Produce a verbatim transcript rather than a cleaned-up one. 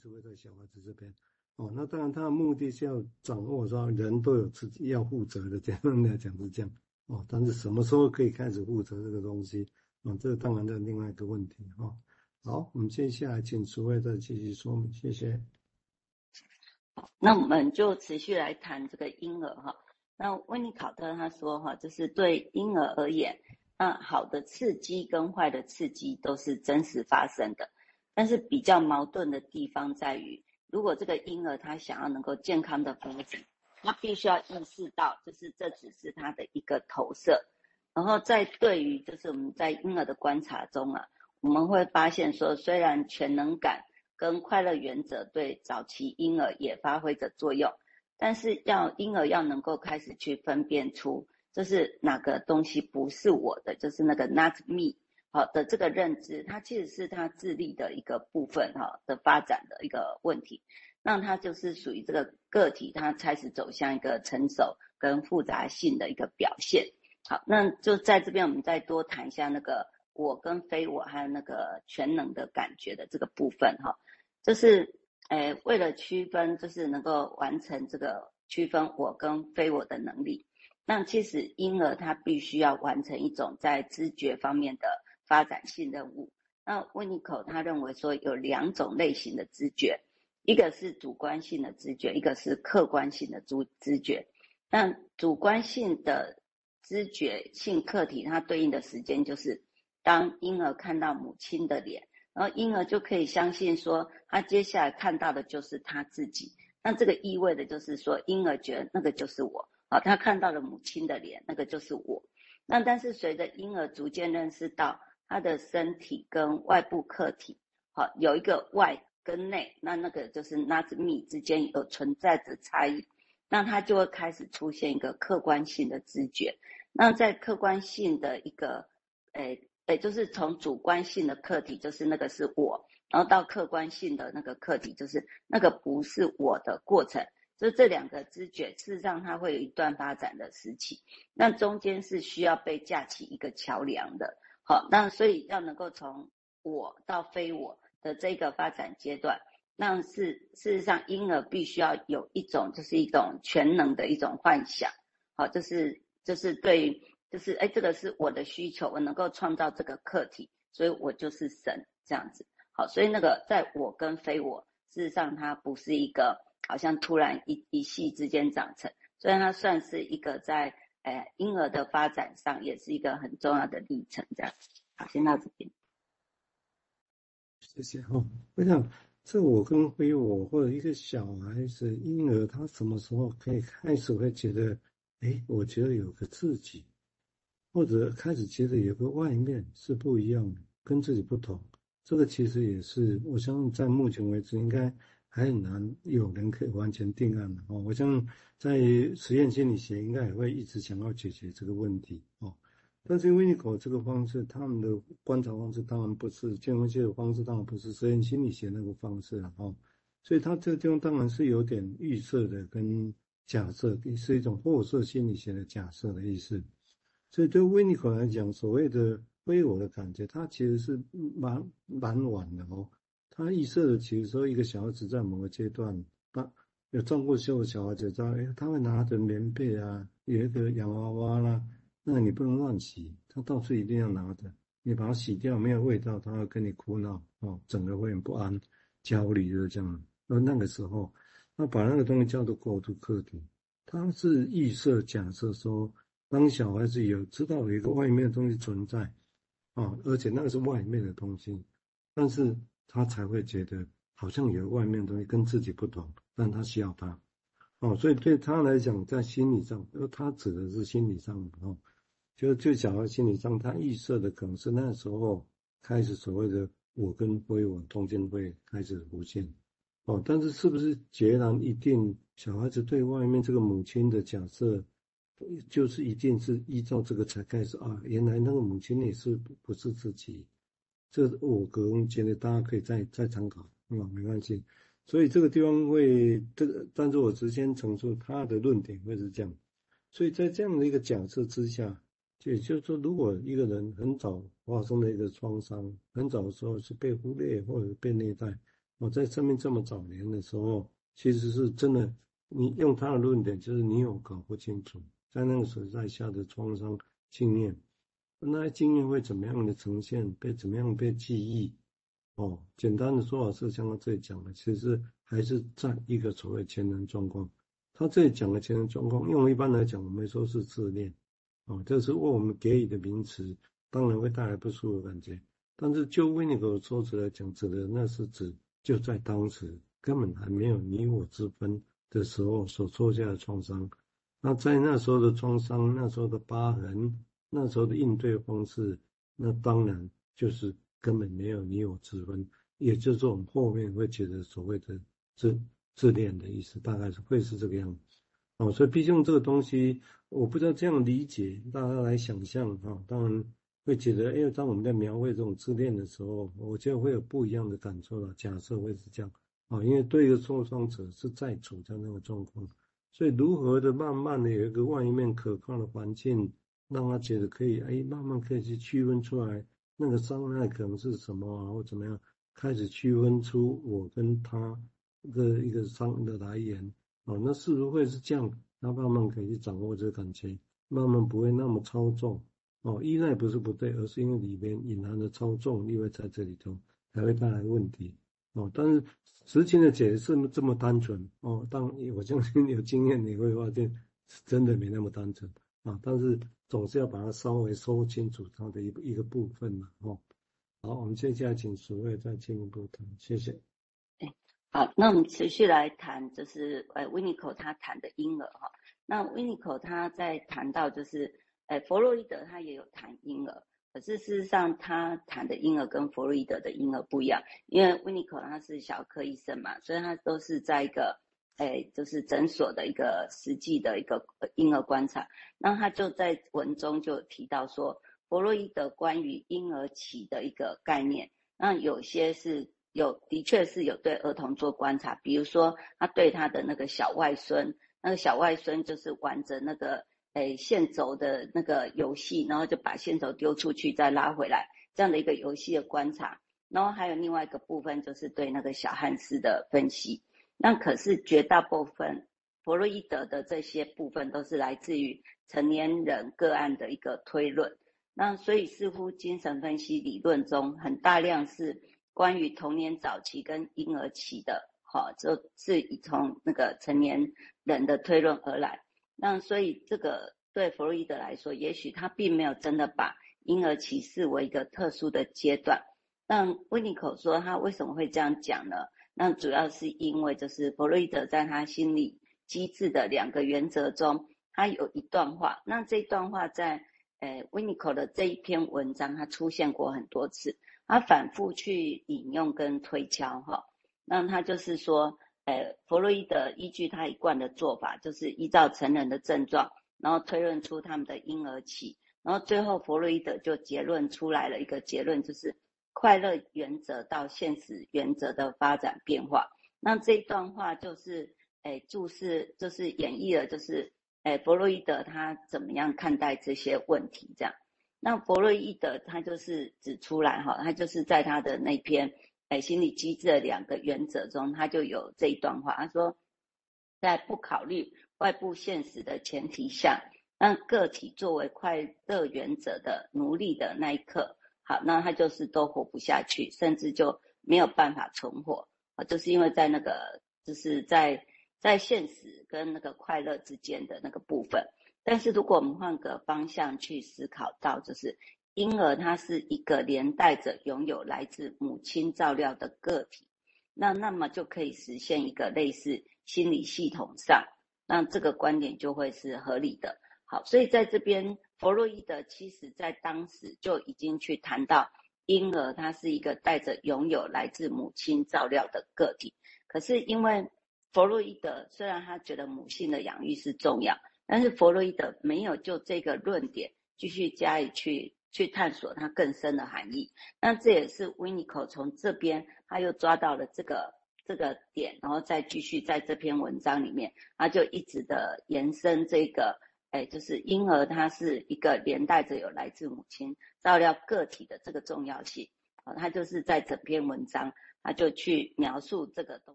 是会在小孩子这边。哦，那当然他的目的是要掌握说人都有自己要负责的，这样来讲是这样。哦，但是什么时候可以开始负责这个东西？啊、哦，这个当然是另外一个问题哈、哦。好，我们接下来请淑慧再继续说明，谢谢。 那我们就持续来谈这个婴儿哈。那温尼考特他说哈，就是对婴儿而言，那好的刺激跟坏的刺激都是真实发生的，但是比较矛盾的地方在于，如果这个婴儿他想要能够健康的发展，他必须要意识到，就是这只是他的一个投射。然后在对于就是我们在婴儿的观察中啊，我们会发现说，虽然全能感跟快乐原则对早期婴儿也发挥着作用，但是要婴儿要能够开始去分辨出这是哪个东西不是我的，就是那个 not me 好的这个认知，它其实是他智力的一个部分哈的发展的一个问题，那它就是属于这个个体它开始走向一个成熟跟复杂性的一个表现。好，那就在这边我们再多谈一下那个我跟非我还有那个全能的感觉的这个部分哈。就是诶，为了区分，就是能够完成这个区分我跟非我的能力，那其实婴儿他必须要完成一种在知觉方面的发展性任务。那温尼口他认为说有两种类型的知觉，一个是主观性的知觉，一个是客观性的知觉。那主观性的知觉性课题，它对应的时间就是当婴儿看到母亲的脸，然后婴儿就可以相信说他接下来看到的就是他自己，那这个意味的就是说婴儿觉得那个就是我，好，他看到了母亲的脸，那个就是我。那但是随着婴儿逐渐认识到他的身体跟外部客体，好，有一个外跟内，那那个就是 not me 之间有存在着差异，那他就会开始出现一个客观性的知觉。那在客观性的一个诶诶，就是从主观性的课题，就是那个是我，然后到客观性的那个课题，就是那个不是我的过程，就这两个知觉事实上它会有一段发展的时期，那中间是需要被架起一个桥梁的。好，那所以要能够从我到非我的这个发展阶段，那是事实上婴儿必须要有一种就是一种全能的一种幻想。好，就是就是对于就是哎，这个是我的需求，我能够创造这个课题，所以我就是神这样子。好，所以那个在我跟非我，事实上它不是一个好像突然一一夕之间长成，所以它算是一个在呃婴儿的发展上也是一个很重要的历程这样。好，先到这边。 谢谢哈、哦。我想，这我跟非我或者一个小孩子婴儿，他什么时候可以开始会觉得，哎，我觉得有个自己，或者开始觉得有个外面是不一样的，跟自己不同。这个其实也是，我相信在目前为止应该还很难有人可以完全定案的哦。我相信在实验心理学应该也会一直想要解决这个问题哦。但是维尼口这个方式，他们的观察方式当然不是健康学的方式，当然不是实验心理学那个方式了哦。所以他这个地方当然是有点预设的跟假设，是一种后设心理学的假设的意思。所以对维尼口来讲，所谓的非我的感觉，它其实是蛮蛮晚的哦。他预设的其实说一个小孩子在某个阶段，他有照顾秀的小孩子，知道，哎，他会拿着棉被啊，有一个洋娃娃啦。那你不能乱洗，他到处一定要拿着。你把它洗掉，没有味道，他会跟你哭闹哦，整个会很不安、焦虑就是这样。而那个时候，他把那个东西叫做过度客体，他是预设假设说，当小孩子有知道有一个外面的东西存在啊，而且那个是外面的东西，但是他才会觉得好像有外面的东西跟自己不同，但他需要它哦，所以对他来讲，在心理上，呃，他指的是心理上的哦。就就小孩心理上，他预设的可能是那时候开始所谓的我跟非我中间会开始浮现，哦，但是是不是截然一定，小孩子对外面这个母亲的假设，就是一定是依照这个才开始啊？原来那个母亲也是不是自己，这我个人觉得大家可以再再参考，啊，没关系。所以这个地方会这个，但是我直接陈述他的论点会是这样。所以在这样的一个假设之下，也就是说，如果一个人很早发生了一个创伤，很早的时候是被忽略或者被虐待， 我在生命这么早年的时候，其实是真的，你用他的论点，就是你有搞不清楚，在那个时代下的创伤经验，那些经验会怎么样的呈现，被怎么样被记忆。哦，简单的说法是像他这里讲的，其实还是在一个所谓前人状况。他这里讲的前人状况，用一般来讲，我们说是自恋，哦，这是为我们给予的名词，当然会带来不舒服的感觉。但是就维尼口说辞来讲，指的那是指就在当时根本还没有你我之分的时候所受下的创伤。那在那时候的创伤，那时候的疤痕，那时候的应对方式，那当然就是根本没有你我之分，也就是我们后面会觉得所谓的自自恋的意思，大概是会是这个样子。哦，所以毕竟这个东西，我不知道这样理解，大家来想象哈，当然会觉得，哎，当我们在描绘这种自恋的时候，我觉得会有不一样的感受了。假设会是这样啊，因为对一个受伤者是在处在那个状况，所以如何的慢慢的有一个外面可靠的环境，让他觉得可以，哎，慢慢可以去区分出来那个伤害可能是什么啊，或怎么样，开始区分出我跟他的一个伤的来源。哦，那是不是会是这样？他慢慢可以去掌握这个感情，慢慢不会那么操纵。哦，依赖不是不对，而是因为里面隐含的操纵力会在这里头，才会带来问题。哦，但是实情的解释这么单纯。哦，当我相信有经验你会发现，是真的没那么单纯啊。但是总是要把它稍微说清楚它的一一个部分嘛。哦，好，我们接下来请署委再进一步谈，谢谢。 好，那我们持续来谈，就是呃，维尼口他谈的婴儿哈。那维尼口他在谈到就是，呃，弗洛伊德他也有谈婴儿，可是事实上他谈的婴儿跟弗洛伊德的婴儿不一样，因为维尼口他是小儿科医生嘛，所以他都是在一个，哎，就是诊所的一个实际的一个婴儿观察。那他就在文中就提到说，弗洛伊德关于婴儿期的一个概念，那有些是。有的确是有对儿童做观察，比如说他对他的那个小外孙，那个小外孙就是玩着那个诶线轴的那个游戏，然后就把线轴丢出去再拉回来，这样的一个游戏的观察。然后还有另外一个部分就是对那个小汉斯的分析。那可是绝大部分弗洛伊德的这些部分都是来自于成年人个案的一个推论。那所以似乎精神分析理论中很大量是关于童年早期跟婴儿期的，好，就是从那个成年人的推论而来。那所以这个对弗洛伊德来说，也许他并没有真的把婴儿期视为一个特殊的阶段。那维尼口说他为什么会这样讲呢？那主要是因为就是弗洛伊德在他心理机制的两个原则中，他有一段话，那这段话在呃维尼口的这一篇文章，他出现过很多次。他反复去引用跟推敲哈，那他就是说，呃，弗洛伊德依据他一贯的做法，就是依照成人的症状，然后推论出他们的婴儿期，然后最后弗洛伊德就结论出来了一个结论，就是快乐原则到现实原则的发展变化。那这一段话就是，诶，注释就是演绎了，就是诶，弗洛伊德他怎么样看待这些问题这样。那弗洛伊德他就是指出来哈，他就是在他的那篇诶心理机制的两个原则中，他就有这一段话，他说，在不考虑外部现实的前提下，让个体作为快乐原则的奴隶的那一刻，好，那他就是都活不下去，甚至就没有办法存活啊，就是因为在那个就是在在现实跟那个快乐之间的那个部分。但是如果我们换个方向去思考到，就是婴儿他是一个连带着拥有来自母亲照料的个体，那那么就可以实现一个类似心理系统上，那这个观点就会是合理的。好，所以在这边弗洛伊德其实在当时就已经去谈到婴儿他是一个带着拥有来自母亲照料的个体，可是因为弗洛伊德虽然他觉得母性的养育是重要，但是弗洛伊德没有就这个论点继续加以去去探索它更深的含义。那这也是维尼口从这边他又抓到了这个这个点，然后再继续在这篇文章里面，他就一直的延伸这个，哎，就是婴儿他是一个连带着有来自母亲照料个体的这个重要性。他就是在整篇文章他就去描述这个东西。